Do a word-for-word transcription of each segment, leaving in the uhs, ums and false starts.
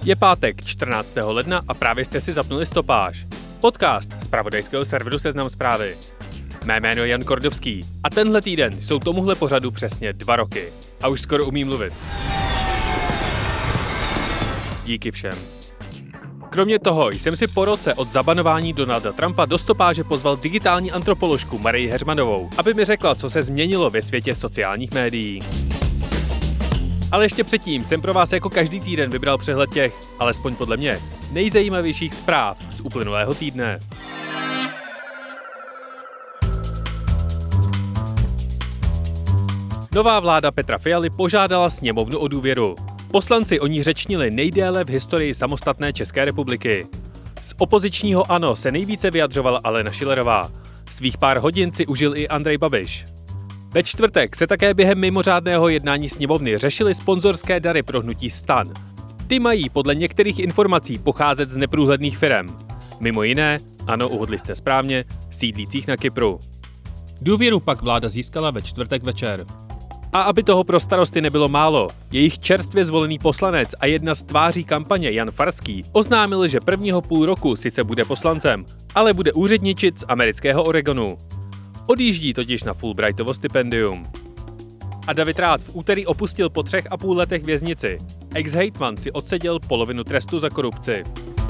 Je pátek čtrnáctého ledna a právě jste si zapnuli Stopáž. Podcast z zpravodajského serveru Seznam Zprávy. Mé jméno je Jan Kordovský a tenhle týden jsou tomuhle pořadu přesně dva roky. A už skoro umím mluvit. Díky všem. Kromě toho jsem si po roce od zabanování Donalda Trumpa do Stopáže pozval digitální antropoložku Marii Heřmanovou, aby mi řekla, co se změnilo ve světě sociálních médií. Ale ještě předtím jsem pro vás jako každý týden vybral přehled těch, alespoň podle mě, nejzajímavějších zpráv z uplynulého týdne. Nová vláda Petra Fialy požádala sněmovnu o důvěru. Poslanci o ní řečnili nejdéle v historii samostatné České republiky. Z opozičního ANO se nejvíce vyjadřovala Alena Schillerová. Svých pár hodin si užil i Andrej Babiš. Ve čtvrtek se také během mimořádného jednání sněmovny řešily sponzorské dary pro hnutí STAN. Ty mají podle některých informací pocházet z neprůhledných firem. Mimo jiné, ano, uhodli jste správně, sídlících na Kypru. Důvěru pak vláda získala ve čtvrtek večer. A aby toho pro starosty nebylo málo, jejich čerstvě zvolený poslanec a jedna z tváří kampaně Jan Farský oznámil, že prvního půl roku sice bude poslancem, ale bude úředničit z amerického Oregonu. Odjíždí totiž na Fulbrightovo stipendium. A David Rath v úterý opustil po třech a půl letech věznici. Ex-hejtman si odseděl polovinu trestu za korupci.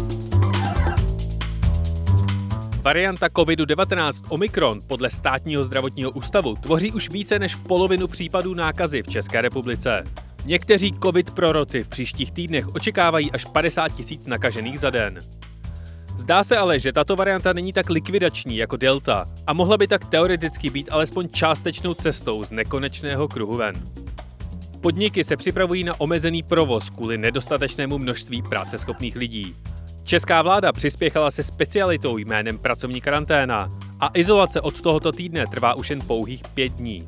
Varianta kovid devatenáct Omikron podle Státního zdravotního ústavu tvoří už více než polovinu případů nákazy v České republice. Někteří covid proroci v příštích týdnech očekávají až padesát tisíc nakažených za den. Zdá se ale, že tato varianta není tak likvidační jako Delta a mohla by tak teoreticky být alespoň částečnou cestou z nekonečného kruhu ven. Podniky se připravují na omezený provoz kvůli nedostatečnému množství práceschopných lidí. Česká vláda přispěchala se specialitou jménem pracovní karanténa a izolace od tohoto týdne trvá už jen pouhých pět dní.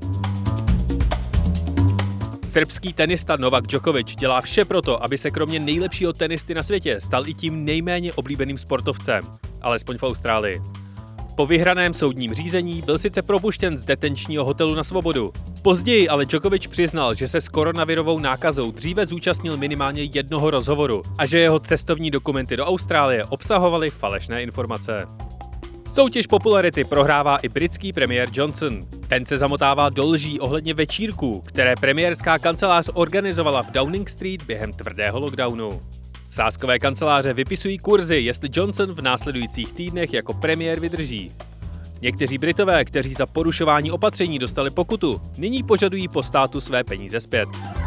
Srbský tenista Novak Djokovic dělá vše proto, aby se kromě nejlepšího tenisty na světě stal i tím nejméně oblíbeným sportovcem, alespoň v Austrálii. Po vyhraném soudním řízení byl sice propuštěn z detenčního hotelu na svobodu. Později ale Djokovic přiznal, že se s koronavirovou nákazou dříve zúčastnil minimálně jednoho rozhovoru a že jeho cestovní dokumenty do Austrálie obsahovaly falešné informace. Soutěž popularity prohrává i britský premiér Johnson. Ten se zamotává do lží ohledně večírků, které premiérská kancelář organizovala v Downing Street během tvrdého lockdownu. Sázkové kanceláře vypisují kurzy, jestli Johnson v následujících týdnech jako premiér vydrží. Někteří Britové, kteří za porušování opatření dostali pokutu, nyní požadují po státu své peníze zpět.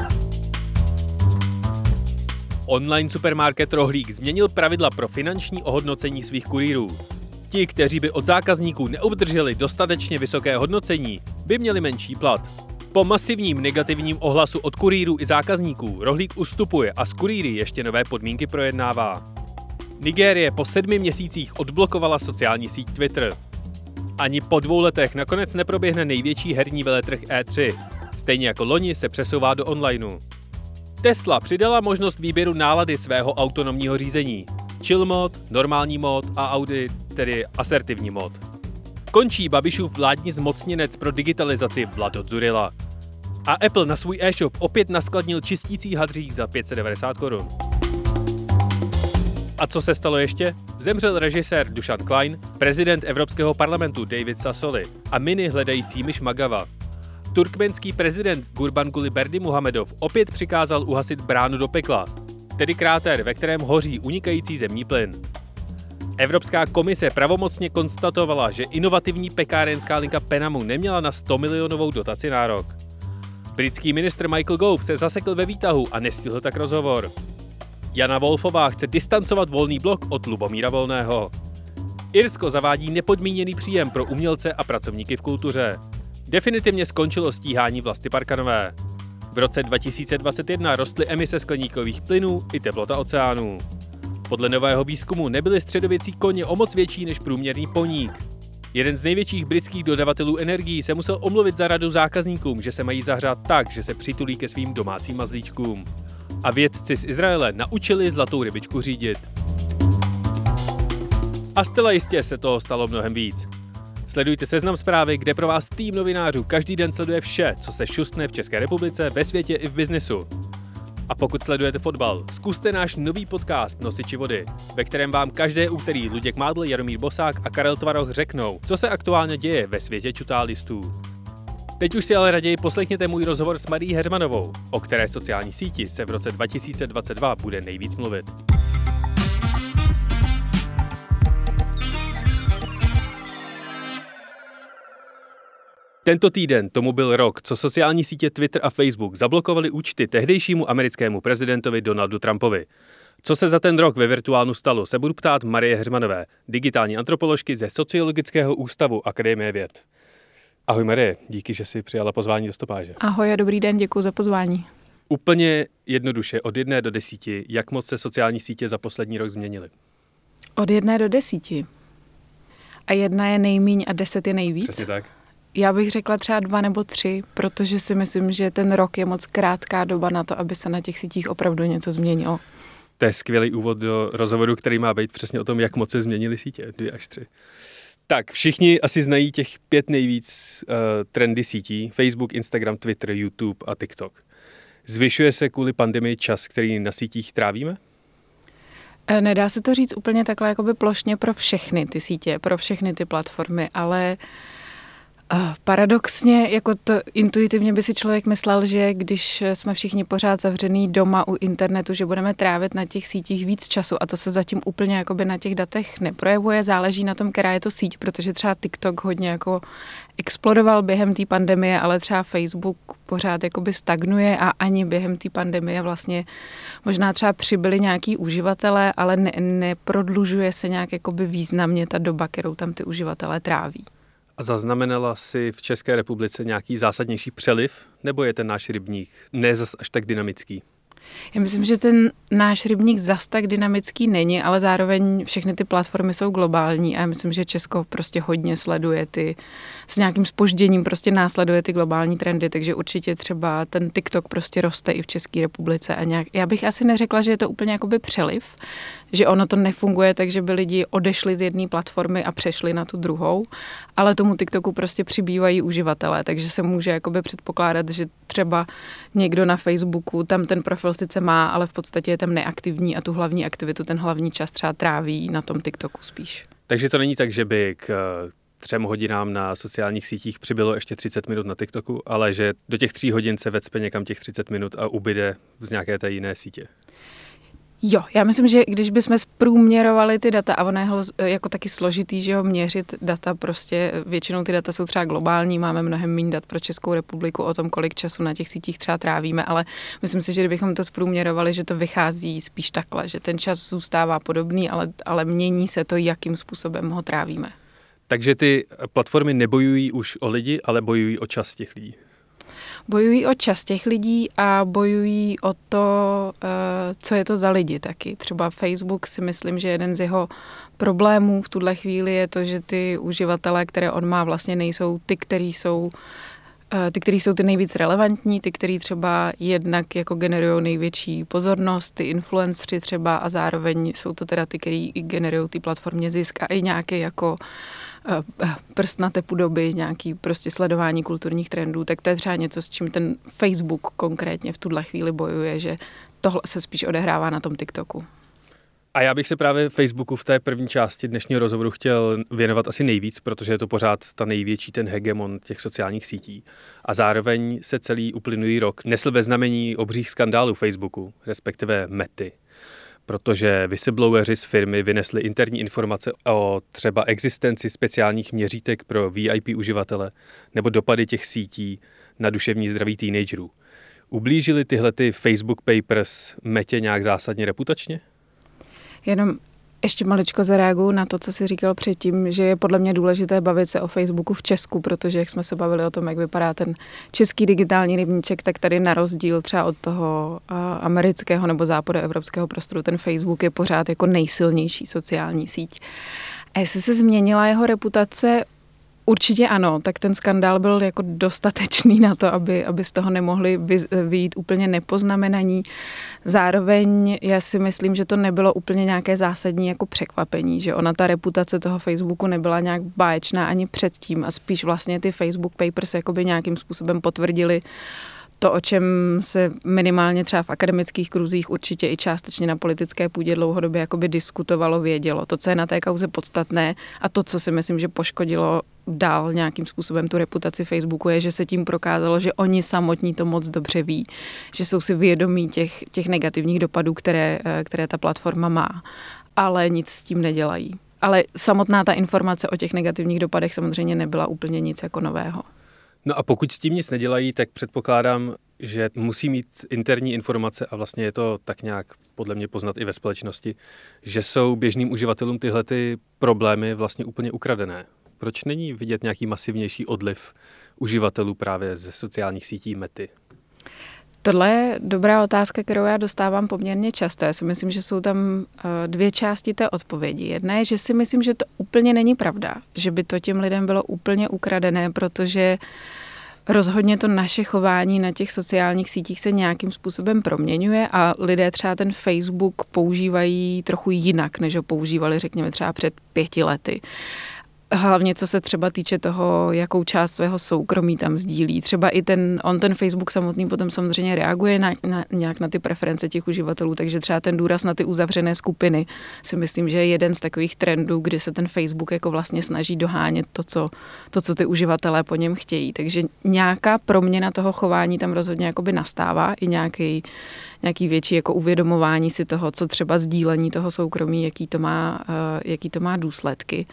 Online supermarket Rohlík změnil pravidla pro finanční ohodnocení svých kurýrů. Ti, kteří by od zákazníků neobdrželi dostatečně vysoké hodnocení, by měli menší plat. Po masivním negativním ohlasu od kurýrů i zákazníků Rohlík ustupuje a s kurýry ještě nové podmínky projednává. Nigérie po sedmi měsících odblokovala sociální síť Twitter. Ani po dvou letech nakonec neproběhne největší herní veletrh E tři. Stejně jako loni se přesouvá do onlineu. Tesla přidala možnost výběru nálady svého autonomního řízení. Chill mod, normální mod a Audi, tedy asertivní mod. Končí Babišův vládní zmocněnec pro digitalizaci Vlado Dzurilla. A Apple na svůj e-shop opět naskladnil čistící hadřík za pět set devadesát korun. A co se stalo ještě? Zemřel režisér Dušan Klein, prezident Evropského parlamentu David Sassoli a mini hledající myš Magava. Turkmenský prezident Gurbanguly Berdimuhamedov opět přikázal uhasit bránu do pekla, tedy kráter, ve kterém hoří unikající zemní plyn. Evropská komise pravomocně konstatovala, že inovativní pekárenská linka Penamu neměla na sto milionovou dotaci nárok. Britský ministr Michael Gove se zasekl ve výtahu a nestihl tak rozhovor. Jana Wolfová chce distancovat Volný blok od Lubomíra Volného. Irsko zavádí nepodmíněný příjem pro umělce a pracovníky v kultuře. Definitivně skončilo stíhání Vlasty Parkanové. V roce dva tisíce dvacet jedna rostly emise skleníkových plynů i teplota oceánů. Podle nového výzkumu nebyly středověcí koně o moc větší než průměrný poník. Jeden z největších britských dodavatelů energií se musel omluvit za radu zákazníkům, že se mají zahřát tak, že se přitulí ke svým domácím mazlíčkům. A vědci z Izraele naučili zlatou rybičku řídit. A zcela jistě se toho stalo mnohem víc. Sledujte Seznam Zprávy, kde pro vás tým novinářů každý den sleduje vše, co se šustne v České republice, ve světě i v biznesu. A pokud sledujete fotbal, zkuste náš nový podcast Nosiči vody, ve kterém vám každé úterý Luděk Mádl, Jaromír Bosák a Karel Tvaroch řeknou, co se aktuálně děje ve světě čutálistů. Teď už si ale raději poslechněte můj rozhovor s Marií Heřmanovou, o které sociální síti se v roce dva tisíce dvacet dva bude nejvíc mluvit. Tento týden tomu byl rok, co sociální sítě Twitter a Facebook zablokovaly účty tehdejšímu americkému prezidentovi Donaldu Trumpovi. Co se za ten rok ve virtuálnu stalo, se budu ptát Marie Heřmanové, digitální antropoložky ze Sociologického ústavu Akademie věd. Ahoj Marie, díky, že jsi přijala pozvání do Stopáže. Ahoj a dobrý den, děkuji za pozvání. Úplně jednoduše, od jedné do desíti, jak moc se sociální sítě za poslední rok změnily? Od jedné do desíti. A jedna je nejmíň a deset je nejvíc? Přesně tak. Já bych řekla třeba dva nebo tři, protože si myslím, že ten rok je moc krátká doba na to, aby se na těch sítích opravdu něco změnilo. To je skvělý úvod do rozhovoru, který má být přesně o tom, jak moc se změnily sítě, dvě až tři. Tak, všichni asi znají těch pět nejvíc uh, trendy sítí, Facebook, Instagram, Twitter, YouTube a TikTok. Zvyšuje se kvůli pandemii čas, který na sítích trávíme? Nedá se to říct úplně takhle jakoby plošně pro všechny ty sítě, pro všechny ty platformy, ale Uh, paradoxně, jako to intuitivně by si člověk myslel, že když jsme všichni pořád zavřený doma u internetu, že budeme trávit na těch sítích víc času a to se zatím úplně jakoby na těch datech neprojevuje, záleží na tom, která je to síť, protože třeba TikTok hodně jako explodoval během té pandemie, ale třeba Facebook pořád jakoby stagnuje a ani během té pandemie vlastně možná třeba přibyli nějaký uživatelé, ale ne, neprodlužuje se nějak jakoby významně ta doba, kterou tam ty uživatelé tráví. A zaznamenala si v České republice nějaký zásadnější přeliv, nebo je ten náš rybník ne zas až tak dynamický? Já myslím, že ten náš rybník zas tak dynamický není, ale zároveň všechny ty platformy jsou globální a já myslím, že Česko prostě hodně sleduje ty, s nějakým zpožděním prostě následuje ty globální trendy, takže určitě třeba ten TikTok prostě roste i v České republice a nějak, já bych asi neřekla, že je to úplně jakoby přeliv, že ono to nefunguje, takže by lidi odešli z jedné platformy a přešli na tu druhou, ale tomu TikToku prostě přibývají uživatelé, takže se může jakoby předpokládat, že třeba někdo na Facebooku tam ten profil sice má, ale v podstatě je tam neaktivní a tu hlavní aktivitu, ten hlavní čas třeba tráví na tom TikToku spíš. Takže to není tak, že by k třem hodinám na sociálních sítích přibylo ještě třicet minut na TikToku, ale že do těch tří hodin se vecpe někam těch třicet minut a ubyde z nějaké té jiné sítě. Jo, já myslím, že když bychom zprůměrovali ty data, a ono je jako taky složitý, že ho měřit data, prostě většinou ty data jsou třeba globální, máme mnohem méně dat pro Českou republiku o tom, kolik času na těch sítích třeba trávíme, ale myslím si, že kdybychom to zprůměrovali, že to vychází spíš takhle, že ten čas zůstává podobný, ale, ale mění se to, jakým způsobem ho trávíme. Takže ty platformy nebojují už o lidi, ale bojují o čas těch lidí. Bojují o čas těch lidí a bojují o to, co je to za lidi taky. Třeba Facebook si myslím, že jeden z jeho problémů v tuhle chvíli je to, že ty uživatelé, které on má, vlastně nejsou ty, který jsou ty, který jsou ty nejvíc relevantní, ty, který třeba jednak jako generují největší pozornost, ty influenceři třeba a zároveň jsou to teda ty, který generují ty platformě zisk a i nějaké jako prst na tepu doby, nějaký prostě sledování kulturních trendů, tak to je třeba něco, s čím ten Facebook konkrétně v tuhle chvíli bojuje, že tohle se spíš odehrává na tom TikToku. A já bych se právě Facebooku v té první části dnešního rozhovoru chtěl věnovat asi nejvíc, protože je to pořád ta největší, ten hegemon těch sociálních sítí. A zároveň se celý uplynulý rok nesl ve znamení obřích skandálů Facebooku, respektive Mety. Protože whistlebloweri z firmy vynesli interní informace o třeba existenci speciálních měřítek pro V I P uživatele nebo dopady těch sítí na duševní zdraví teenagerů. Ublížili tyhle ty Facebook Papers Metě nějak zásadně reputačně? Jenom ještě maličko zareaguju na to, co jsi říkal předtím, že je podle mě důležité bavit se o Facebooku v Česku, protože jak jsme se bavili o tom, jak vypadá ten český digitální rybníček, tak tady na rozdíl třeba od toho amerického nebo západoevropského prostoru ten Facebook je pořád jako nejsilnější sociální síť. A jestli se změnila jeho reputace, určitě ano, tak ten skandál byl jako dostatečný na to, aby, aby z toho nemohli vyjít úplně nepoznamenaní. Zároveň já si myslím, že to nebylo úplně nějaké zásadní jako překvapení, že ona ta reputace toho Facebooku nebyla nějak báječná ani předtím a spíš vlastně ty Facebook Papers jakoby nějakým způsobem potvrdili to, o čem se minimálně třeba v akademických kruzích, určitě i částečně na politické půdě dlouhodobě jakoby diskutovalo, vědělo. To, co je na té kauze podstatné a to, co si myslím, že poškodilo dál nějakým způsobem tu reputaci Facebooku, je, že se tím prokázalo, že oni samotní to moc dobře ví, že jsou si vědomí těch, těch negativních dopadů, které, které ta platforma má, ale nic s tím nedělají. Ale samotná ta informace o těch negativních dopadech samozřejmě nebyla úplně nic jako nového. No a pokud s tím nic nedělají, tak předpokládám, že musí mít interní informace a vlastně je to tak nějak podle mě poznat i ve společnosti, že jsou běžným uživatelům tyhle ty problémy vlastně úplně ukradené. Proč není vidět nějaký masivnější odliv uživatelů právě ze sociálních sítí Mety? Tohle je dobrá otázka, kterou já dostávám poměrně často. Já si myslím, že jsou tam dvě části té odpovědi. Jedna je, že si myslím, že to úplně není pravda, že by to těm lidem bylo úplně ukradené, protože rozhodně to naše chování na těch sociálních sítích se nějakým způsobem proměňuje a lidé třeba ten Facebook používají trochu jinak, než ho používali, řekněme, třeba před pěti lety. Hlavně co se třeba týče toho, jakou část svého soukromí tam sdílí. Třeba i ten, on ten Facebook samotný potom samozřejmě reaguje na, na, nějak na ty preference těch uživatelů, takže třeba ten důraz na ty uzavřené skupiny si myslím, že je jeden z takových trendů, kdy se ten Facebook jako vlastně snaží dohánět to, co, to, co ty uživatelé po něm chtějí. Takže nějaká proměna toho chování tam rozhodně jakoby nastává, i nějaký, nějaký větší jako uvědomování si toho, co třeba sdílení toho soukromí, jaký to má, jaký to má důsledky.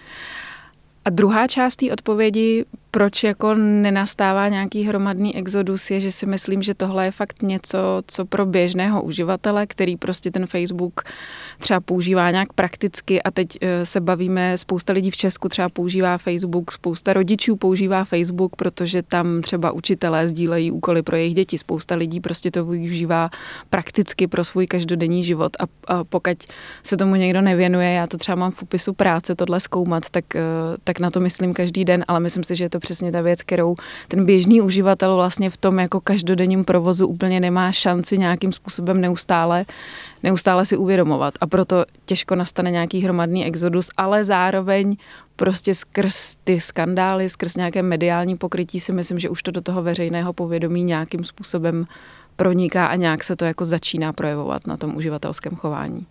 A druhá část té odpovědi, proč jako nenastává nějaký hromadný exodus, je, že si myslím, že tohle je fakt něco, co pro běžného uživatele, který prostě ten Facebook třeba používá nějak prakticky a teď se bavíme, spousta lidí v Česku třeba používá Facebook, spousta rodičů používá Facebook, protože tam třeba učitelé sdílejí úkoly pro jejich děti, spousta lidí prostě to využívá prakticky pro svůj každodenní život a, a pokud se tomu někdo nevěnuje, já to třeba mám v popisu práce tohle zkoumat, tak, tak na to myslím každý den, ale myslím si, že je to přesně ta věc, kterou ten běžný uživatel vlastně v tom jako každodenním provozu úplně nemá šanci nějakým způsobem neustále, neustále si uvědomovat. A proto těžko nastane nějaký hromadný exodus, ale zároveň prostě skrz ty skandály, skrz nějaké mediální pokrytí si myslím, že už to do toho veřejného povědomí nějakým způsobem proniká a nějak se to jako začíná projevovat na tom uživatelském chování.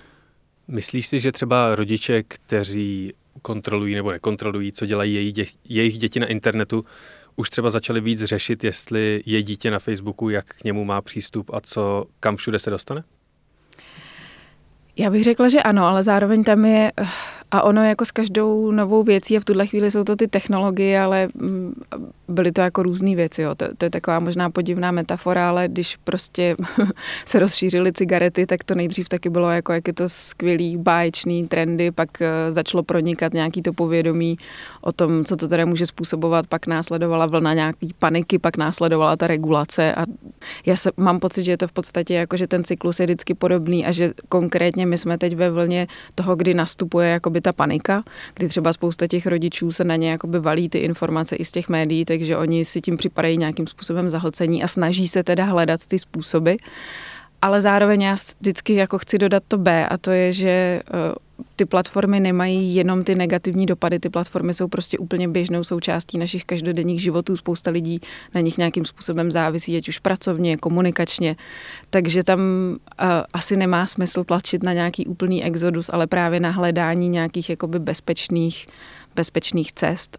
Myslíš si, že třeba rodiče, kteří kontrolují nebo nekontrolují, co dělají jejich, dě, jejich děti na internetu, už třeba začali víc řešit, jestli je dítě na Facebooku, jak k němu má přístup a co, kam všude se dostane? Já bych řekla, že ano, ale zároveň tam je, a ono jako s každou novou věcí, a v tuhle chvíli jsou to ty technologie, ale byly to jako různé věci. Jo. To, to je taková možná podivná metafora, ale když prostě se rozšířily cigarety, tak to nejdřív taky bylo jako, jak je to skvělý, báječný trendy, pak začalo pronikat nějaký to povědomí o tom, co to tady může způsobovat, pak následovala vlna nějaký paniky, pak následovala ta regulace a já se, mám pocit, že je to v podstatě jako, že ten cyklus je vždycky podobný a že konkrétně my jsme teď ve vlně toho, kdy nastupuje jakoby ta panika, kdy třeba spousta těch rodičů se na ně jakoby valí ty informace i z těch médií, takže oni si tím připadají nějakým způsobem zahlcení a snaží se teda hledat ty způsoby. Ale zároveň já vždycky jako chci dodat to B a to je, že ty platformy nemají jenom ty negativní dopady, ty platformy jsou prostě úplně běžnou součástí našich každodenních životů, spousta lidí na nich nějakým způsobem závisí, ať už pracovně, komunikačně, takže tam uh, asi nemá smysl tlačit na nějaký úplný exodus, ale právě na hledání nějakých jakoby bezpečných, bezpečných cest.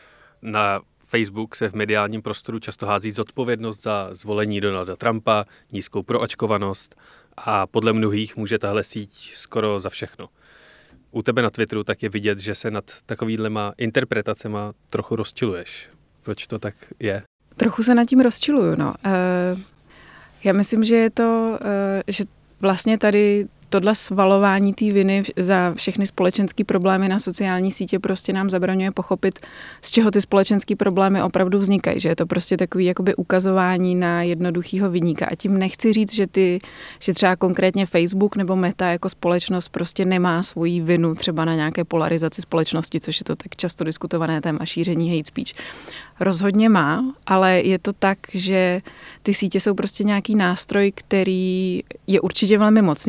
Na Facebook se v mediálním prostoru často hází zodpovědnost za zvolení Donalda Trumpa, nízkou proočkovanost a podle mnohých může tahle síť skoro za všechno. U tebe na Twitteru tak je vidět, že se nad takovýhlema interpretacema trochu rozčiluješ. Proč to tak je? Trochu se nad tím rozčiluju, no. Uh, já myslím, že je to, uh, že vlastně tady tohle svalování té viny za všechny společenské problémy na sociální sítě prostě nám zabraňuje pochopit, z čeho ty společenské problémy opravdu vznikají, že je to prostě takový jakoby ukazování na jednoduchýho viníka. A tím nechci říct, že ty, že třeba konkrétně Facebook nebo Meta jako společnost prostě nemá svoji vinu třeba na nějaké polarizaci společnosti, což je to tak často diskutované téma šíření hate speech. Rozhodně má, ale je to tak, že ty sítě jsou prostě nějaký nástroj, který je určitě velmi mocný nástroj,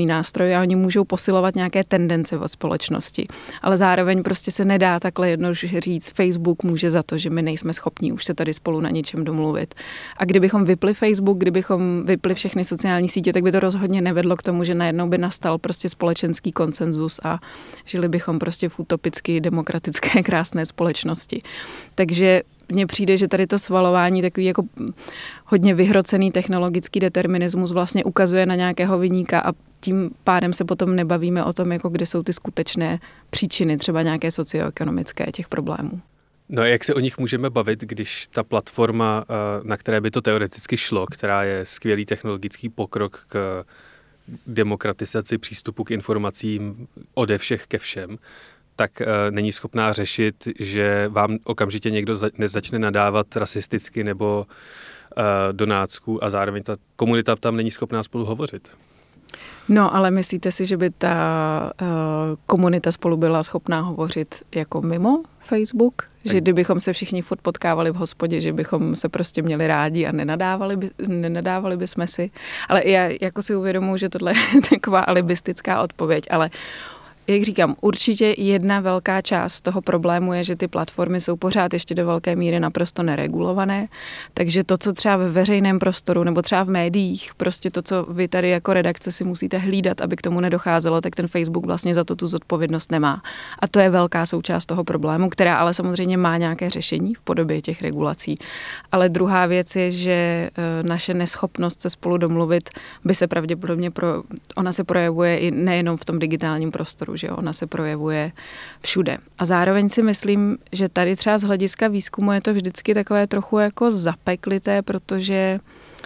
pravděpodobně oni můžou posilovat nějaké tendence ve společnosti. Ale zároveň prostě se nedá takhle jednoduše říct, Facebook může za to, že my nejsme schopni už se tady spolu na něčem domluvit. A kdybychom vypli Facebook, kdybychom vypli všechny sociální sítě, tak by to rozhodně nevedlo k tomu, že najednou by nastal prostě společenský konsenzus a žili bychom prostě v utopicky demokratické krásné společnosti. Takže mně přijde, že tady to svalování, takový jako hodně vyhrocený technologický determinismus vlastně ukazuje na nějakého viníka a tím pádem se potom nebavíme o tom, jako kde jsou ty skutečné příčiny, třeba nějaké socioekonomické těch problémů. No a jak se o nich můžeme bavit, když ta platforma, na které by to teoreticky šlo, která je skvělý technologický pokrok k demokratizaci přístupu k informacím ode všech ke všem, tak uh, není schopná řešit, že vám okamžitě někdo za, nezačne nadávat rasisticky nebo uh, do nácku a zároveň ta komunita tam není schopná spolu hovořit. No, ale myslíte si, že by ta uh, komunita spolu byla schopná hovořit jako mimo Facebook? Tak. Že kdybychom se všichni furt potkávali v hospodě, že bychom se prostě měli rádi a nenadávali, by, nenadávali bychom si? Ale já jako si uvědomuji, že tohle je taková alibistická odpověď, ale jak říkám, určitě jedna velká část toho problému je, že ty platformy jsou pořád ještě do velké míry naprosto neregulované, takže to, co třeba ve veřejném prostoru nebo třeba v médiích, prostě to, co vy tady jako redakce si musíte hlídat, aby k tomu nedocházelo, tak ten Facebook vlastně za to tu zodpovědnost nemá. A to je velká součást toho problému, která ale samozřejmě má nějaké řešení v podobě těch regulací. Ale druhá věc je, že naše neschopnost se spolu domluvit by se pravděpodobně, pro, ona se projevuje i nejenom v tom digitálním prostoru, že ona se projevuje všude. A zároveň si myslím, že tady třeba z hlediska výzkumu je to vždycky takové trochu jako zapeklité, protože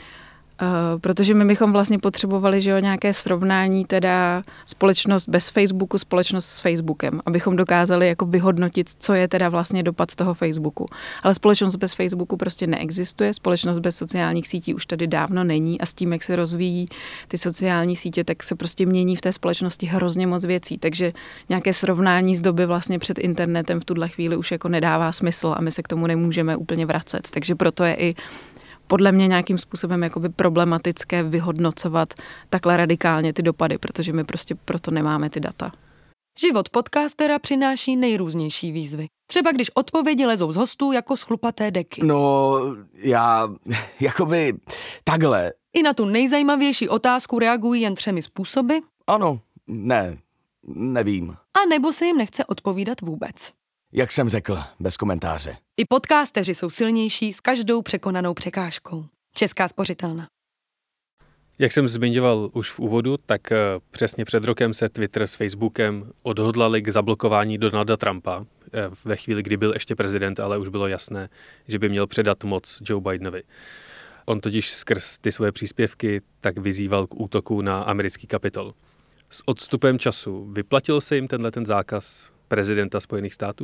Uh, protože my bychom vlastně potřebovali, že jo, nějaké srovnání, teda společnost bez Facebooku, společnost s Facebookem, abychom dokázali jako vyhodnotit, co je teda vlastně dopad toho Facebooku. Ale společnost bez Facebooku prostě neexistuje, společnost bez sociálních sítí už tady dávno není a s tím, jak se rozvíjí ty sociální sítě, tak se prostě mění v té společnosti hrozně moc věcí. Takže nějaké srovnání z doby vlastně před internetem v tuhle chvíli už jako nedává smysl a my se k tomu nemůžeme úplně vracet. Takže proto je i podle mě nějakým způsobem jakoby problematické vyhodnocovat takhle radikálně ty dopady, protože my prostě proto nemáme ty data. Život podcastera přináší nejrůznější výzvy. Třeba když odpovědi lezou z hostů jako z chlupaté deky. No, já, jakoby, takhle. I na tu nejzajímavější otázku reagují jen třemi způsoby. Ano, ne, nevím. A nebo se jim nechce odpovídat vůbec. Jak jsem řekl, bez komentáře. I podcasteři jsou silnější s každou překonanou překážkou. Česká spořitelna. Jak jsem zmiňoval už v úvodu, tak přesně před rokem se Twitter s Facebookem odhodlali k zablokování Donalda Trumpa ve chvíli, kdy byl ještě prezident, ale už bylo jasné, že by měl předat moc Joe Bidenovi. On totiž skrz ty svoje příspěvky tak vyzýval k útoku na americký Kapitol. S odstupem času vyplatil se jim tenhle ten zákaz prezidenta Spojených států?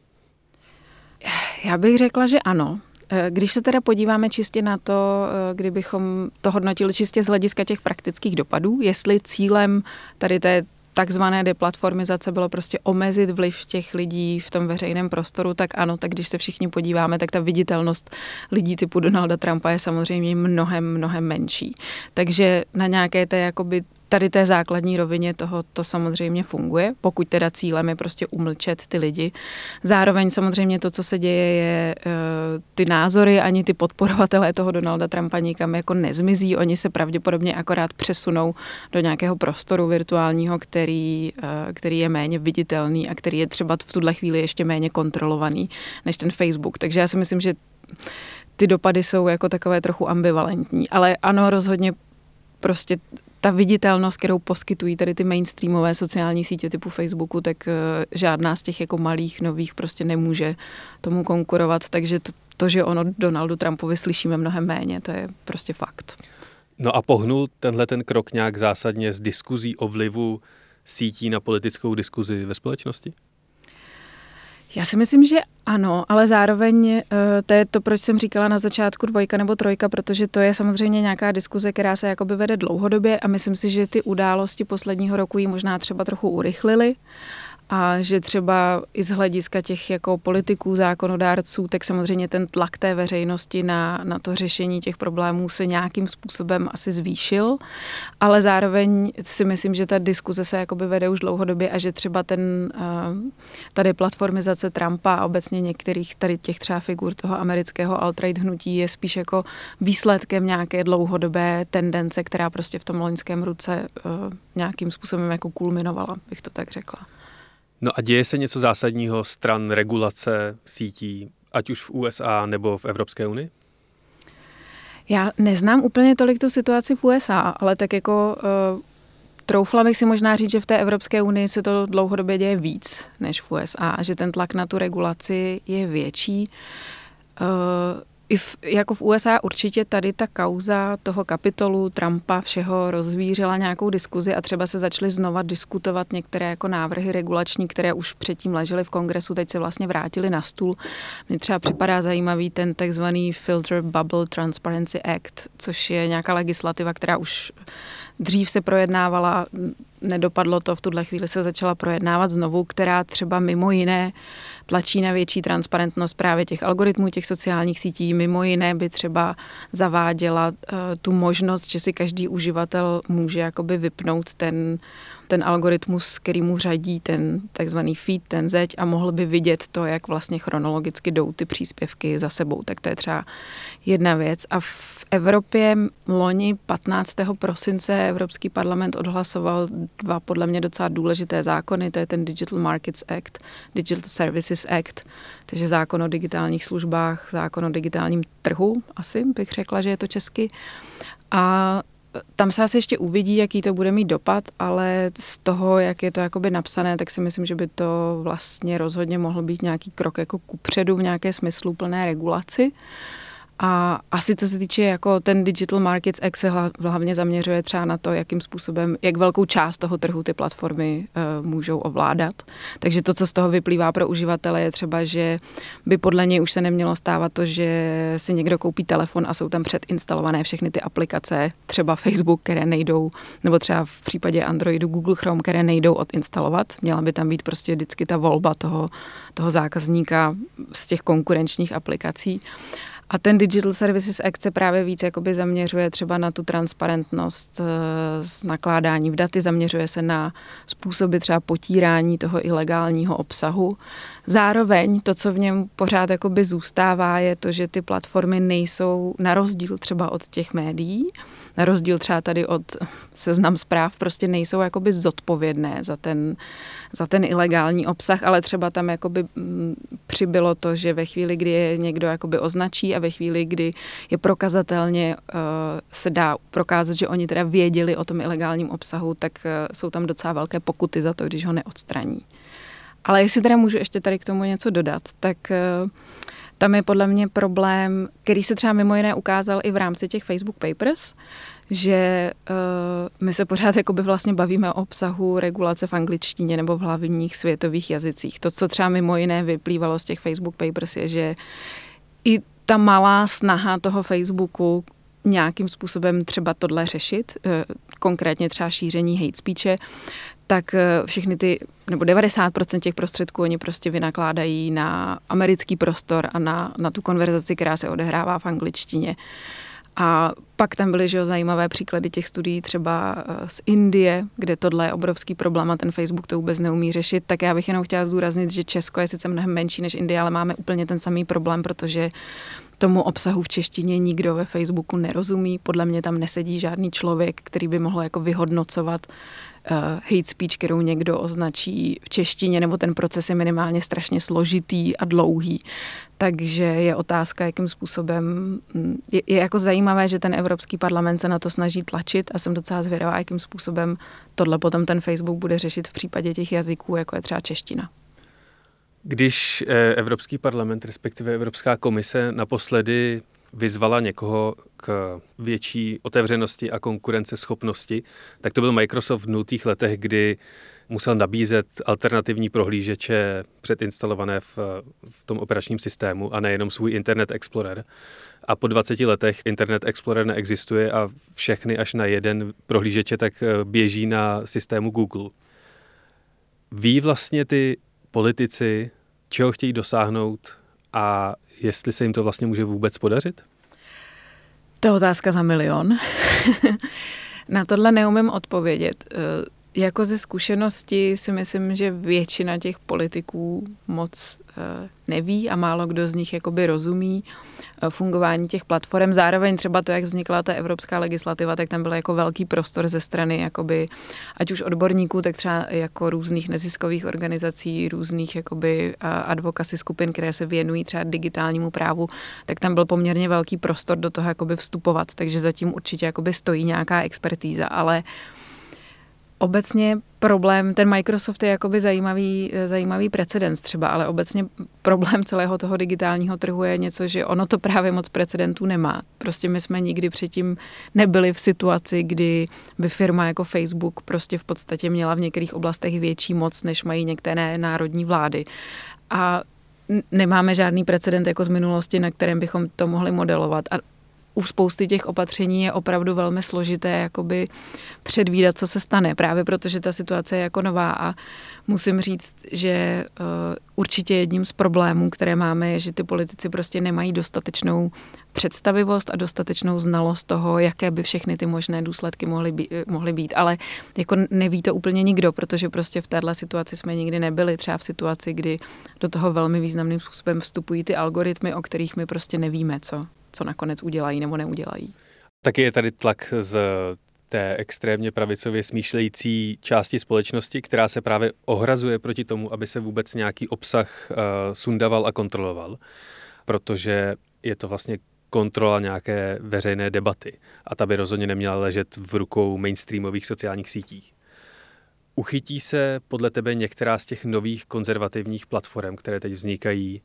Já bych řekla, že ano. Když se teda podíváme čistě na to, kdybychom to hodnotili čistě z hlediska těch praktických dopadů, jestli cílem tady té takzvané deplatformizace bylo prostě omezit vliv těch lidí v tom veřejném prostoru, tak ano, tak když se všichni podíváme, tak ta viditelnost lidí typu Donalda Trumpa je samozřejmě mnohem, mnohem menší. Takže na nějaké té jakoby tady té základní rovině toho to samozřejmě funguje, pokud teda cílem je prostě umlčet ty lidi. Zároveň samozřejmě to, co se děje, je ty názory, ani ty podporovatelé toho Donalda Trumpa nikam jako nezmizí. Oni se pravděpodobně akorát přesunou do nějakého prostoru virtuálního, který, který je méně viditelný a který je třeba v tuhle chvíli ještě méně kontrolovaný než ten Facebook. Takže já si myslím, že ty dopady jsou jako takové trochu ambivalentní. Ale ano, rozhodně prostě ta viditelnost, kterou poskytují tady ty mainstreamové sociální sítě typu Facebooku, tak žádná z těch jako malých nových prostě nemůže tomu konkurovat, takže to, to že ono Donaldu Trumpovi slyšíme mnohem méně, to je prostě fakt. No a pohnul tenhle ten krok nějak zásadně z diskuzí o vlivu sítí na politickou diskuzi ve společnosti? Já si myslím, že ano, ale zároveň to je to, proč jsem říkala na začátku dvojka nebo trojka, protože to je samozřejmě nějaká diskuze, která se jakoby vede dlouhodobě a myslím si, že ty události posledního roku ji možná třeba trochu urychlily. A že třeba i z hlediska těch jako politiků, zákonodárců, tak samozřejmě ten tlak té veřejnosti na, na to řešení těch problémů se nějakým způsobem asi zvýšil, ale zároveň si myslím, že ta diskuze se jakoby vede už dlouhodobě a že třeba ten tady platformizace Trumpa a obecně některých tady těch třeba figur toho amerického alt-right hnutí je spíš jako výsledkem nějaké dlouhodobé tendence, která prostě v tom loňském roce nějakým způsobem jako kulminovala, bych to tak řekla. No a děje se něco zásadního stran regulace sítí, ať už v U S A nebo v Evropské unii? Já neznám úplně tolik tu situaci v U S A, ale tak jako uh, troufla bych si možná říct, že v té Evropské unii se to dlouhodobě děje víc než v U S A, že ten tlak na tu regulaci je větší. Uh, I v, jako v U S A určitě tady ta kauza toho kapitolu Trumpa všeho rozvířila nějakou diskuzi a třeba se začaly znova diskutovat některé jako návrhy regulační, které už předtím ležely v kongresu, teď se vlastně vrátily na stůl. Mně třeba připadá zajímavý ten takzvaný Filter Bubble Transparency Act, což je nějaká legislativa, která už dřív se projednávala, nedopadlo to, v tuhle chvíli se začala projednávat znovu, která třeba mimo jiné tlačí na větší transparentnost právě těch algoritmů, těch sociálních sítí. Mimo jiné by třeba zaváděla uh, tu možnost, že si každý uživatel může jakoby vypnout ten, ten algoritmus, který mu řadí ten takzvaný feed, ten zeď a mohl by vidět to, jak vlastně chronologicky jdou ty příspěvky za sebou. Tak to je třeba jedna věc. A v Evropě loni patnáctého prosince Evropský parlament odhlasoval dva podle mě docela důležité zákony, to je ten Digital Markets Act, Digital Services Act, takže zákon o digitálních službách, zákon o digitálním trhu, asi bych řekla, že je to česky. A tam se asi ještě uvidí, jaký to bude mít dopad, ale z toho, jak je to jakoby napsané, tak si myslím, že by to vlastně rozhodně mohl být nějaký krok jako kupředu v nějaké smysluplné regulaci. A asi co se týče jako ten Digital Markets Act se hlavně zaměřuje třeba na to, jakým způsobem, jak velkou část toho trhu ty platformy uh, můžou ovládat. Takže to, co z toho vyplývá pro uživatele, je třeba, že by podle něj už se nemělo stávat to, že si někdo koupí telefon a jsou tam předinstalované všechny ty aplikace, třeba Facebook, které nejdou, nebo třeba v případě Androidu Google Chrome, které nejdou odinstalovat. Měla by tam být prostě vždycky ta volba toho, toho zákazníka z těch konkurenčních aplikací. A ten Digital Services Act se právě víc jakoby zaměřuje třeba na tu transparentnost z nakládání v daty, zaměřuje se na způsoby třeba potírání toho ilegálního obsahu. Zároveň to, co v něm pořád jakoby zůstává, je to, že ty platformy nejsou na rozdíl třeba od těch médií, na rozdíl třeba tady od Seznam Zpráv, prostě nejsou jakoby zodpovědné za ten, za ten ilegální obsah, ale třeba tam jakoby přibylo to, že ve chvíli, kdy je někdo jakoby označí a ve chvíli, kdy je prokazatelně, uh, se dá prokázat, že oni teda věděli o tom ilegálním obsahu, tak uh, jsou tam docela velké pokuty za to, když ho neodstraní. Ale jestli teda můžu ještě tady k tomu něco dodat, tak uh, tam je podle mě problém, který se třeba mimo jiné ukázal i v rámci těch Facebook Papers, že uh, my se pořád jakoby vlastně bavíme o obsahu regulace v angličtině nebo v hlavních světových jazycích. To, co třeba mimo jiné vyplývalo z těch Facebook Papers, je, že i ta malá snaha toho Facebooku nějakým způsobem třeba tohle řešit, uh, konkrétně třeba šíření hate speeche, tak všechny ty, nebo devadesát procent těch prostředků oni prostě vynakládají na americký prostor a na, na tu konverzaci, která se odehrává v angličtině. A pak tam byly, že jo, zajímavé příklady těch studií třeba z Indie, kde tohle je obrovský problém a ten Facebook to vůbec neumí řešit. Tak já bych jenom chtěla zdůraznit, že Česko je sice mnohem menší než Indie, ale máme úplně ten samý problém, protože tomu obsahu v češtině nikdo ve Facebooku nerozumí. Podle mě tam nesedí žádný člověk, který by mohl jako vyhodnocovat uh, hate speech, kterou někdo označí v češtině, nebo ten proces je minimálně strašně složitý a dlouhý. Takže je otázka, jakým způsobem, je, je jako zajímavé, že ten Evropský parlament se na to snaží tlačit a jsem docela zvědavá, jakým způsobem tohle potom ten Facebook bude řešit v případě těch jazyků, jako je třeba čeština. Když Evropský parlament, respektive Evropská komise naposledy vyzvala někoho k větší otevřenosti a konkurenceschopnosti, tak to byl Microsoft v nultých letech, kdy musel nabízet alternativní prohlížeče předinstalované v, v tom operačním systému a nejenom svůj Internet Explorer. A po dvaceti letech Internet Explorer neexistuje a všechny až na jeden prohlížeče tak běží na systému Google. Ví vlastně ty politici, čeho chtějí dosáhnout a jestli se jim to vlastně může vůbec podařit? To je otázka za milion. Na tohle neumím odpovědět. Jako ze zkušenosti si myslím, že většina těch politiků moc neví a málo kdo z nich jakoby rozumí fungování těch platform. Zároveň třeba to, jak vznikla ta evropská legislativa, tak tam byl jako velký prostor ze strany jakoby, ať už odborníků, tak třeba jako různých neziskových organizací, různých jakoby advokacy skupin, které se věnují třeba digitálnímu právu, tak tam byl poměrně velký prostor do toho jakoby vstupovat. Takže zatím určitě jakoby stojí nějaká expertíza, ale obecně problém, ten Microsoft je jakoby zajímavý, zajímavý precedens třeba, ale obecně problém celého toho digitálního trhu je něco, že ono to právě moc precedentů nemá. Prostě my jsme nikdy předtím nebyli v situaci, kdy by firma jako Facebook prostě v podstatě měla v některých oblastech větší moc, než mají některé národní vlády. A nemáme žádný precedent jako z minulosti, na kterém bychom to mohli modelovat. A u spousty těch opatření je opravdu velmi složité jakoby předvídat, co se stane, právě protože ta situace je jako nová a musím říct, že uh, určitě jedním z problémů, které máme, je, že ty politici prostě nemají dostatečnou představivost a dostatečnou znalost toho, jaké by všechny ty možné důsledky mohly být, mohly být. Ale jako neví to úplně nikdo, protože prostě v téhle situaci jsme nikdy nebyli. Třeba v situaci, kdy do toho velmi významným způsobem vstupují ty algoritmy, o kterých my prostě nevíme, co, co nakonec udělají nebo neudělají. Taky je tady tlak z té extrémně pravicově smýšlející části společnosti, která se právě ohrazuje proti tomu, aby se vůbec nějaký obsah uh, sundaval a kontroloval, protože je to vlastně kontrola nějaké veřejné debaty a ta by rozhodně neměla ležet v rukou mainstreamových sociálních sítí. Uchytí se podle tebe některá z těch nových konzervativních platform, které teď vznikají,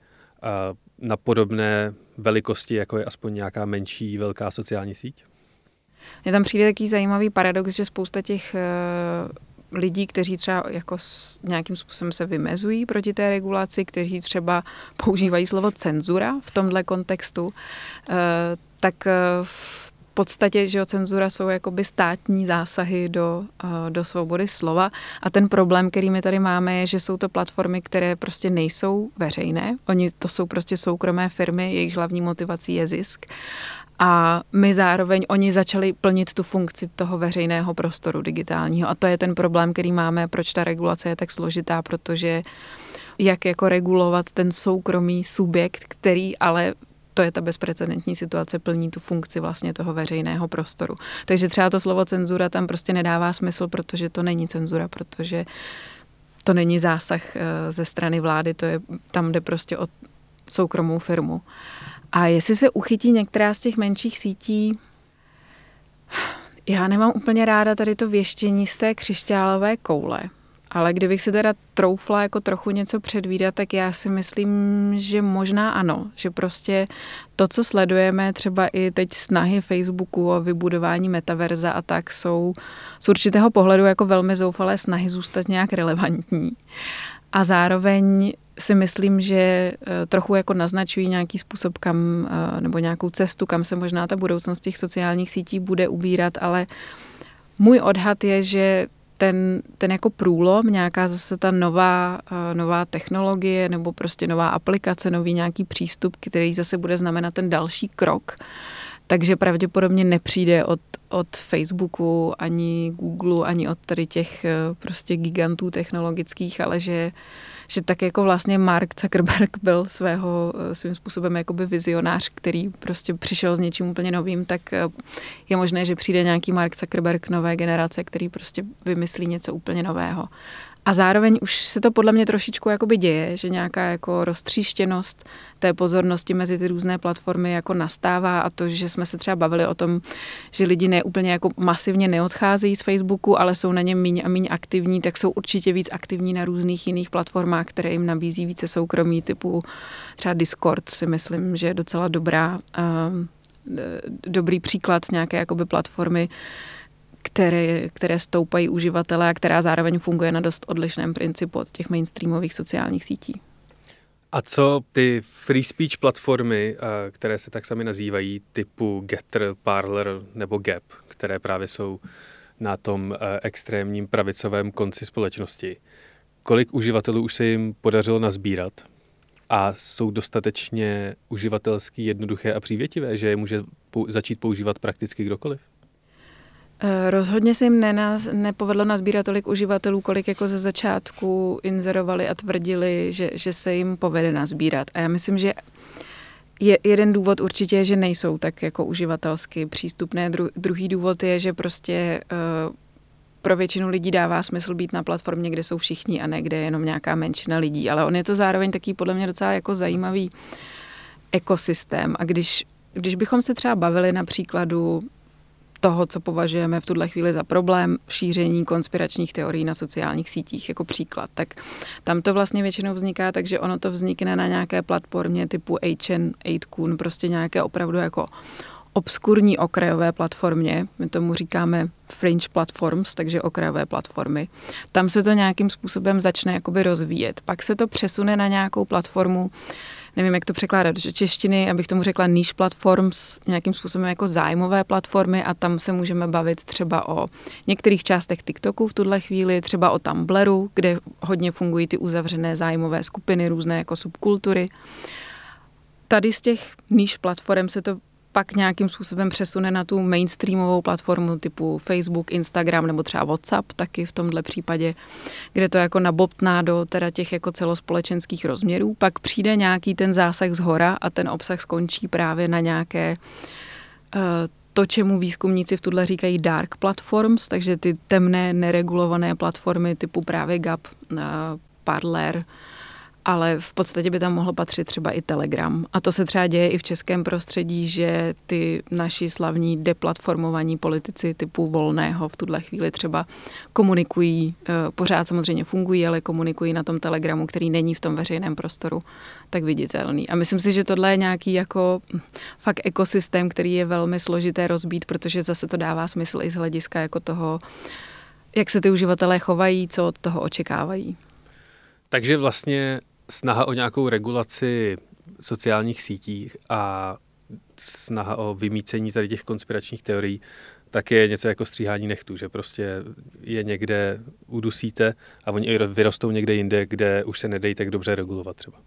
na podobné velikosti, jako je aspoň nějaká menší velká sociální síť? Mně tam přijde taký zajímavý paradox, že spousta těch lidí, kteří třeba jako nějakým způsobem se vymezují proti té regulaci, kteří třeba používají slovo cenzura v tomhle kontextu, tak v podstatě, že jo, cenzura jsou jakoby státní zásahy do, do svobody slova a ten problém, který my tady máme, je, že jsou to platformy, které prostě nejsou veřejné. Oni to jsou prostě soukromé firmy, jejichž hlavní motivací je zisk. A my zároveň, oni začali plnit tu funkci toho veřejného prostoru digitálního. A to je ten problém, který máme, proč ta regulace je tak složitá, protože jak jako regulovat ten soukromý subjekt, který ale to je ta bezprecedentní situace, plní tu funkci vlastně toho veřejného prostoru. Takže třeba to slovo cenzura tam prostě nedává smysl, protože to není cenzura, protože to není zásah ze strany vlády, to je tam, jde prostě o soukromou firmu. A jestli se uchytí některá z těch menších sítí, já nemám úplně ráda tady to věštění z té křišťálové koule. Ale kdybych si teda troufla jako trochu něco předvídat, tak já si myslím, že možná ano. Že prostě to, co sledujeme, třeba i teď snahy Facebooku o vybudování metaverza a tak, jsou z určitého pohledu jako velmi zoufalé snahy zůstat nějak relevantní. A zároveň si myslím, že trochu jako naznačují nějaký způsob, kam, nebo nějakou cestu, kam se možná ta budoucnost těch sociálních sítí bude ubírat, ale můj odhad je, že ten, ten jako průlom, nějaká zase ta nová, nová technologie nebo prostě nová aplikace, nový nějaký přístup, který zase bude znamenat ten další krok, takže pravděpodobně nepřijde od, od Facebooku, ani Google, ani od tady těch prostě gigantů technologických, ale že, že tak jako vlastně Mark Zuckerberg byl svého, svým způsobem jakoby vizionář, který prostě přišel s něčím úplně novým, tak je možné, že přijde nějaký Mark Zuckerberg nové generace, který prostě vymyslí něco úplně nového. A zároveň už se to podle mě trošičku jakoby děje, že nějaká jako roztříštěnost té pozornosti mezi ty různé platformy jako nastává a to, že jsme se třeba bavili o tom, že lidi ne úplně jako masivně neodcházejí z Facebooku, ale jsou na něm míň a míň aktivní, tak jsou určitě víc aktivní na různých jiných platformách, které jim nabízí více soukromí, typu třeba Discord si myslím, že je docela dobrá, um, dobrý příklad nějaké jakoby platformy, Které, které stoupají uživatele a která zároveň funguje na dost odlišném principu od těch mainstreamových sociálních sítí. A co ty free speech platformy, které se tak sami nazývají, typu Getter, Parler nebo Gap, které právě jsou na tom extrémním pravicovém konci společnosti. kolik uživatelů už se jim podařilo nazbírat a jsou dostatečně uživatelský, jednoduché a přívětivé, že je může pou- začít používat prakticky kdokoliv? Rozhodně se jim nenaz, nepovedlo nazbírat tolik uživatelů, kolik jako ze začátku inzerovali a tvrdili, že, že se jim povede nazbírat. A já myslím, že je, jeden důvod určitě je, že nejsou tak jako uživatelsky přístupné. Dru, druhý důvod je, že prostě uh, pro většinu lidí dává smysl být na platformě, kde jsou všichni a ne kde je jenom nějaká menšina lidí. Ale on je to zároveň taky podle mě docela jako zajímavý ekosystém. A když, když bychom se třeba bavili na příkladu toho, co považujeme v tuhle chvíli za problém, šíření konspiračních teorií na sociálních sítích jako příklad, tak tam to vlastně většinou vzniká, takže ono to vznikne na nějaké platformě typu eight chan, eight kun, prostě nějaké opravdu jako obskurní okrajové platformě, my tomu říkáme fringe platforms, takže okrajové platformy. Tam se to nějakým způsobem začne jakoby rozvíjet. Pak se to přesune na nějakou platformu, nevím, jak to překládat do češtiny, abych tomu řekla niche platforms, nějakým způsobem jako zájmové platformy a tam se můžeme bavit třeba o některých částech TikToku v tuhle chvíli, třeba o Tumblru, kde hodně fungují ty uzavřené zájmové skupiny, různé jako subkultury. Tady z těch niche platform se to pak nějakým způsobem přesune na tu mainstreamovou platformu typu Facebook, Instagram nebo třeba WhatsApp taky v tomhle případě, kde to jako nabobtná do teda těch jako celospolečenských rozměrů. Pak přijde nějaký ten zásah zhora a ten obsah skončí právě na nějaké uh, to, čemu výzkumníci v tuhle říkají dark platforms, takže ty temné, neregulované platformy typu právě Gab, uh, Parler, ale v podstatě by tam mohlo patřit třeba i Telegram. A to se třeba děje i v českém prostředí, že ty naši slavní deplatformovaní politici typu Volného v tuhle chvíli třeba komunikují, pořád samozřejmě fungují, ale komunikují na tom Telegramu, který není v tom veřejném prostoru tak viditelný. A myslím si, že tohle je nějaký jako fakt ekosystém, který je velmi složité rozbít, protože zase to dává smysl i z hlediska jako toho, jak se ty uživatelé chovají, co od toho očekávají. Takže vlastně snaha o nějakou regulaci sociálních sítí a snaha o vymýcení tady těch konspiračních teorií tak je něco jako stříhání nechtů, že prostě je někde udusíte a oni vyrostou někde jinde, kde už se nedají tak dobře regulovat třeba.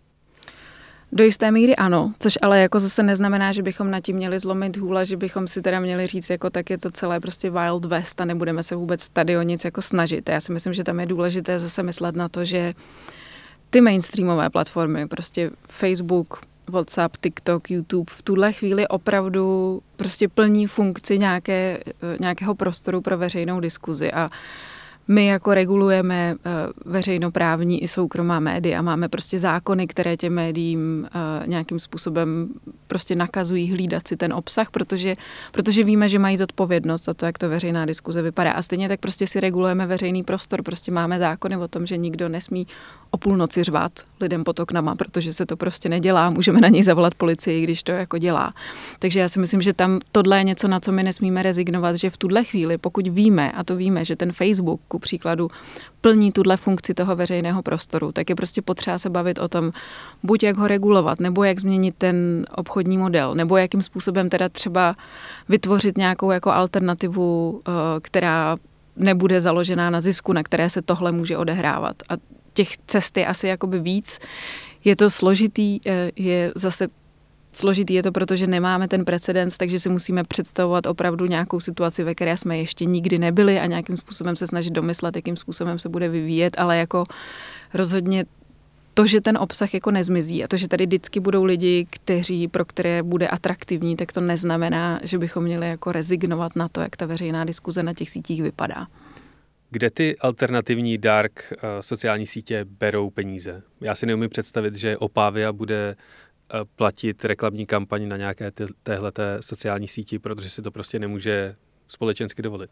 Do jisté míry ano, což ale jako zase neznamená, že bychom na tím měli zlomit hůla, že bychom si teda měli říct, jako tak je to celé prostě Wild West a nebudeme se vůbec tady o nic jako snažit. Já si myslím, že tam je důležité zase myslet na to, že ty mainstreamové platformy, prostě Facebook, WhatsApp, TikTok, YouTube v tuhle chvíli opravdu prostě plní funkci nějaké, nějakého prostoru pro veřejnou diskuzi a my jako regulujeme uh, veřejnoprávní i soukromá média. Máme prostě zákony, které těm médiím uh, nějakým způsobem prostě nakazují hlídat si ten obsah, protože, protože víme, že mají zodpovědnost za to, jak to veřejná diskuze vypadá. A stejně tak prostě si regulujeme veřejný prostor. Prostě máme zákony o tom, že nikdo nesmí o půlnoci řvát lidem pod oknama, protože se to prostě nedělá. Můžeme na něj zavolat policii, když to jako dělá. Takže já si myslím, že tam tohle je něco, na co my nesmíme rezignovat, že v tuhle chvíli, pokud víme, a to víme, že ten Facebook ku příkladu plní tuhle funkci toho veřejného prostoru, tak je prostě potřeba se bavit o tom, buď jak ho regulovat, nebo jak změnit ten obchodní model, nebo jakým způsobem teda třeba vytvořit nějakou jako alternativu, která nebude založená na zisku, na které se tohle může odehrávat. A těch cest je asi jakoby víc. Je to složitý, je zase složitý je to, protože nemáme ten precedens, takže si musíme představovat opravdu nějakou situaci, ve které jsme ještě nikdy nebyli a nějakým způsobem se snažit domyslet, jakým způsobem se bude vyvíjet, ale jako rozhodně to, že ten obsah jako nezmizí a to, že tady vždycky budou lidi, kteří, pro které bude atraktivní, tak to neznamená, že bychom měli jako rezignovat na to, jak ta veřejná diskuze na těch sítích vypadá. Kde ty alternativní dark uh, sociální sítě berou peníze? Já si neumím představit, že Opavia bude uh, platit reklamní kampaň na nějaké ty, téhleté sociální síti, protože si to prostě nemůže společensky dovolit.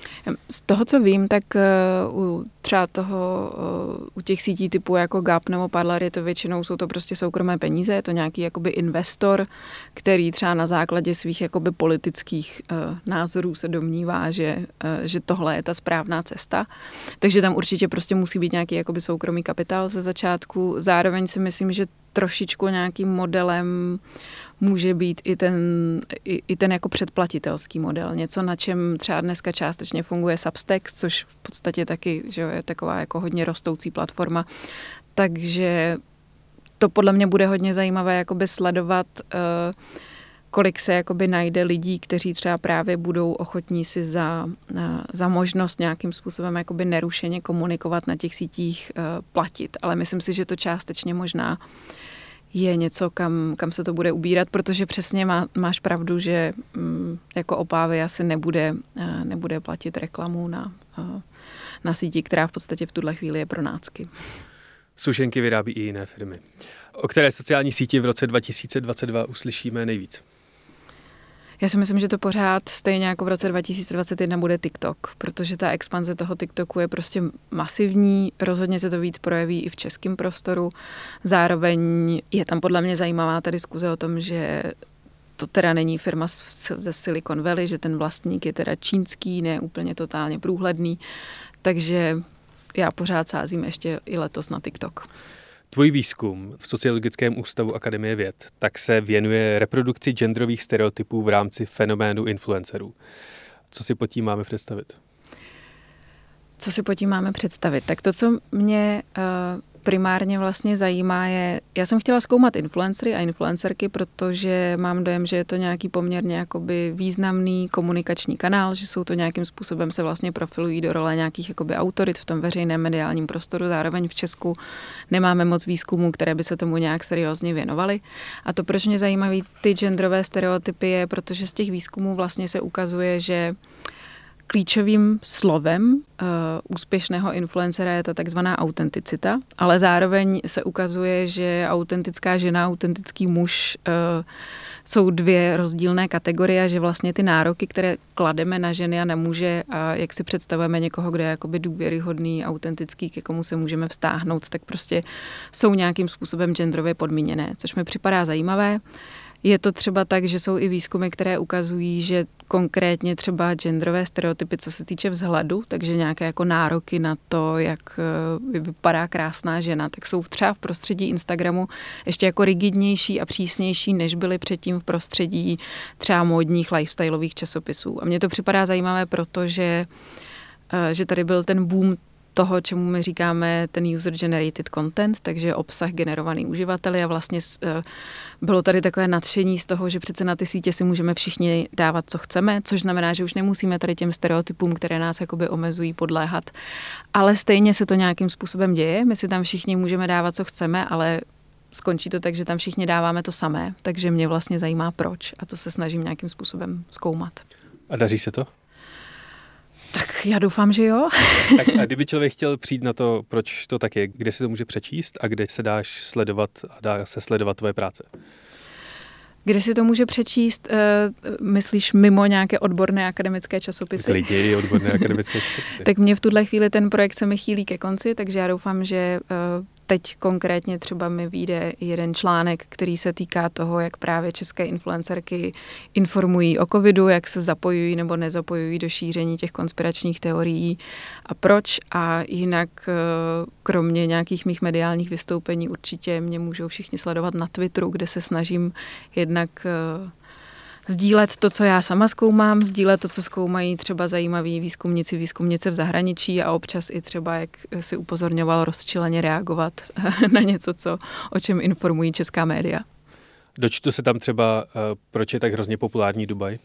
Z toho, co vím, tak uh, u třeba toho, uh, u těch sítí typu jako Gab nebo Parler je to většinou, jsou to prostě soukromé peníze, je to nějaký jakoby investor, který třeba na základě svých jakoby politických uh, názorů se domnívá, že, uh, že tohle je ta správná cesta. Takže tam určitě prostě musí být nějaký jakoby soukromý kapitál ze začátku. Zároveň si myslím, že trošičku nějakým modelem může být i ten, i, i ten jako předplatitelský model. Něco, na čem třeba dneska částečně funguje Substack, což v podstatě taky, že jo, je taková jako hodně rostoucí platforma. Takže to podle mě bude hodně zajímavé jakoby sledovat, uh, kolik se jakoby najde lidí, kteří třeba právě budou ochotní si za, uh, za možnost nějakým způsobem jakoby nerušeně komunikovat na těch sítích uh, platit. Ale myslím si, že to částečně možná je něco, kam, kam se to bude ubírat, protože přesně má, máš pravdu, že um, jako Opavia asi nebude, uh, nebude platit reklamu na, uh, na síti, která v podstatě v tuhle chvíli je pro nácky. Sušenky vyrábí i jiné firmy. O které sociální síti v roce dva tisíce dvacet dva uslyšíme nejvíc? Já si myslím, že to pořád stejně jako v roce dva tisíce dvacet jedna bude TikTok, protože ta expanze toho TikToku je prostě masivní, rozhodně se to víc projeví i v českém prostoru. Zároveň je tam podle mě zajímavá ta diskuze o tom, že to teda není firma ze Silicon Valley, že ten vlastník je teda čínský, ne úplně totálně průhledný, takže já pořád sázím ještě i letos na TikTok. Tvůj výzkum v Sociologickém ústavu Akademie věd tak se věnuje reprodukci genderových stereotypů v rámci fenoménu influencerů. Co si pod tím máme představit? Co si pod tím máme představit? Tak to, co mě uh, primárně vlastně zajímá je, já jsem chtěla zkoumat influencery a influencerky, protože mám dojem, že je to nějaký poměrně jakoby významný komunikační kanál, že jsou to nějakým způsobem se vlastně profilují do role nějakých jakoby autorit v tom veřejném mediálním prostoru. Zároveň v Česku nemáme moc výzkumů, které by se tomu nějak seriózně věnovaly. A to, proč mě zajímaví ty genderové stereotypy, je, protože z těch výzkumů vlastně se ukazuje, že klíčovým slovem uh, úspěšného influencera je ta takzvaná autenticita, ale zároveň se ukazuje, že autentická žena, autentický muž uh, jsou dvě rozdílné kategorie, že vlastně ty nároky, které klademe na ženy a na muže a jak si představujeme někoho, kdo je jakoby důvěryhodný, autentický, ke komu se můžeme vztáhnout, tak prostě jsou nějakým způsobem genderově podmíněné, což mi připadá zajímavé. Je to třeba tak, že jsou i výzkumy, které ukazují, že konkrétně třeba genderové stereotypy, co se týče vzhledu, takže nějaké jako nároky na to, jak vypadá krásná žena, tak jsou třeba v prostředí Instagramu ještě jako rigidnější a přísnější, než byly předtím v prostředí třeba módních lifestyleových časopisů. A mně to připadá zajímavé, protože že tady byl ten boom toho, čemu my říkáme ten user-generated content, takže obsah generovaný uživateli a vlastně bylo tady takové nadšení z toho, že přece na ty sítě si můžeme všichni dávat, co chceme, což znamená, že už nemusíme tady těm stereotypům, které nás jakoby omezují, podléhat. Ale stejně se to nějakým způsobem děje, my si tam všichni můžeme dávat, co chceme, ale skončí to tak, že tam všichni dáváme to samé, takže mě vlastně zajímá proč a to se snažím nějakým způsobem zkoumat. A daří se to? Tak já doufám, že jo. Tak a kdyby člověk chtěl přijít na to, proč to tak je, kde si to může přečíst a kde se dáš sledovat a dá se sledovat tvoje práce? Kde si to může přečíst, uh, myslíš mimo nějaké odborné akademické časopisy? Lidi, odborné akademické časopisy. Tak mě v tuhle chvíli ten projekt se mi chýlí ke konci, takže já doufám, že uh, teď konkrétně třeba mi vyjde jeden článek, který se týká toho, jak právě české influencerky informují o covidu, jak se zapojují nebo nezapojují do šíření těch konspiračních teorií a proč. A jinak kromě nějakých mých mediálních vystoupení určitě mě můžou všichni sledovat na Twitteru, kde se snažím jednak sdílet to, co já sama zkoumám, sdílet to, co zkoumají třeba zajímaví výzkumníci, výzkumnice v zahraničí a občas i třeba, jak si upozorňoval, rozčileně reagovat na něco, co, o čem informují česká média. Dočtu se tam třeba, proč je tak hrozně populární Dubaj?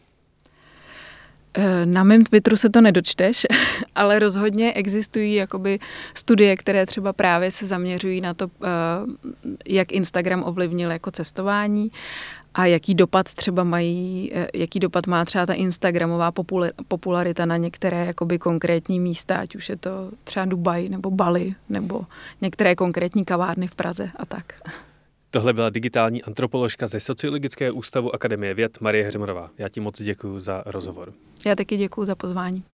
Na mém Twitteru se to nedočteš, ale rozhodně existují jakoby studie, které třeba právě se zaměřují na to, jak Instagram ovlivnil jako cestování a jaký dopad třeba mají, jaký dopad má třeba ta instagramová popularita na některé jakoby konkrétní místa, ať už je to třeba Dubaj nebo Bali nebo některé konkrétní kavárny v Praze a tak. Tohle byla digitální antropoložka ze Sociologického ústavu Akademie věd Marie Hřimonová. Já ti moc děkuji za rozhovor. Já taky děkuji za pozvání.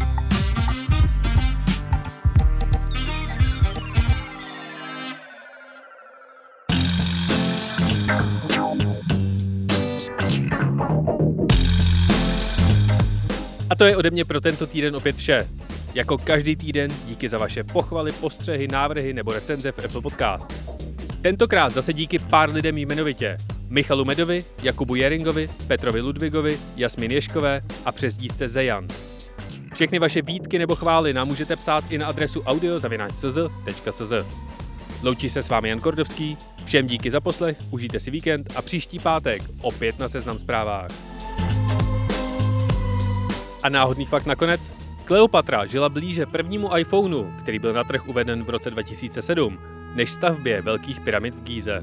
A to je ode mě pro tento týden opět vše. Jako každý týden díky za vaše pochvaly, postřehy, návrhy nebo recenze v Apple Podcast. Tentokrát zase díky pár lidem jmenovitě. Michalu Medovi, Jakubu Jeringovi, Petrovi Ludvigovi, Jasmin Ješkové a přezdívce Zejan. Všechny vaše výtky nebo chvály nám můžete psát i na adresu audio zavináč c z tečka c z. Loučí se s vámi Jan Kordovský, všem díky za poslech, užijte si víkend a příští pátek opět na Seznam Zprávách. A náhodný fakt nakonec, Kleopatra žila blíže prvnímu iPhoneu, který byl na trh uveden v roce dva tisíce sedm, než stavbě velkých pyramid v Gíze.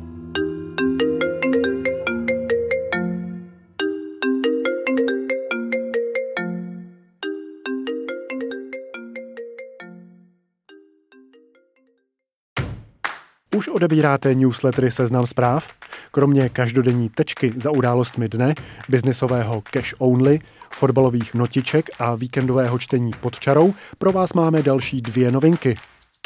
Už odebíráte newslettery Seznam Zpráv? Kromě každodenní tečky za událostmi dne, biznisového cash only, fotbalových notiček a víkendového čtení pod čarou pro vás máme další dvě novinky.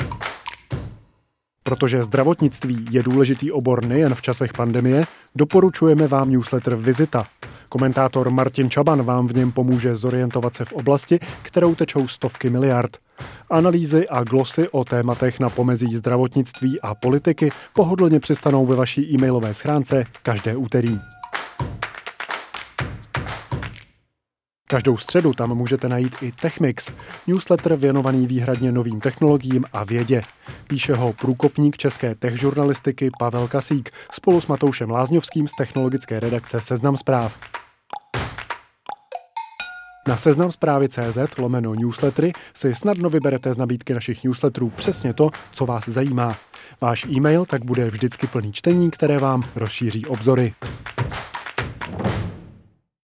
Protože zdravotnictví je důležitý obor nejen v časech pandemie, doporučujeme vám newsletter Vizita. Komentátor Martin Čaban vám v něm pomůže zorientovat se v oblasti, kterou tečou stovky miliard. Analýzy a glosy o tématech na pomezí zdravotnictví a politiky pohodlně přistanou ve vaší e-mailové schránce každé úterý. Každou středu tam můžete najít i TechMix, newsletter věnovaný výhradně novým technologiím a vědě. Píše ho průkopník české tech žurnalistiky Pavel Kasík spolu s Matoušem Lázňovským z technologické redakce Seznam Zpráv. Na seznam zprávy tečka cé zet lomeno newslettery si snadno vyberete z nabídky našich newsletterů přesně to, co vás zajímá. Váš e-mail tak bude vždycky plný čtení, které vám rozšíří obzory.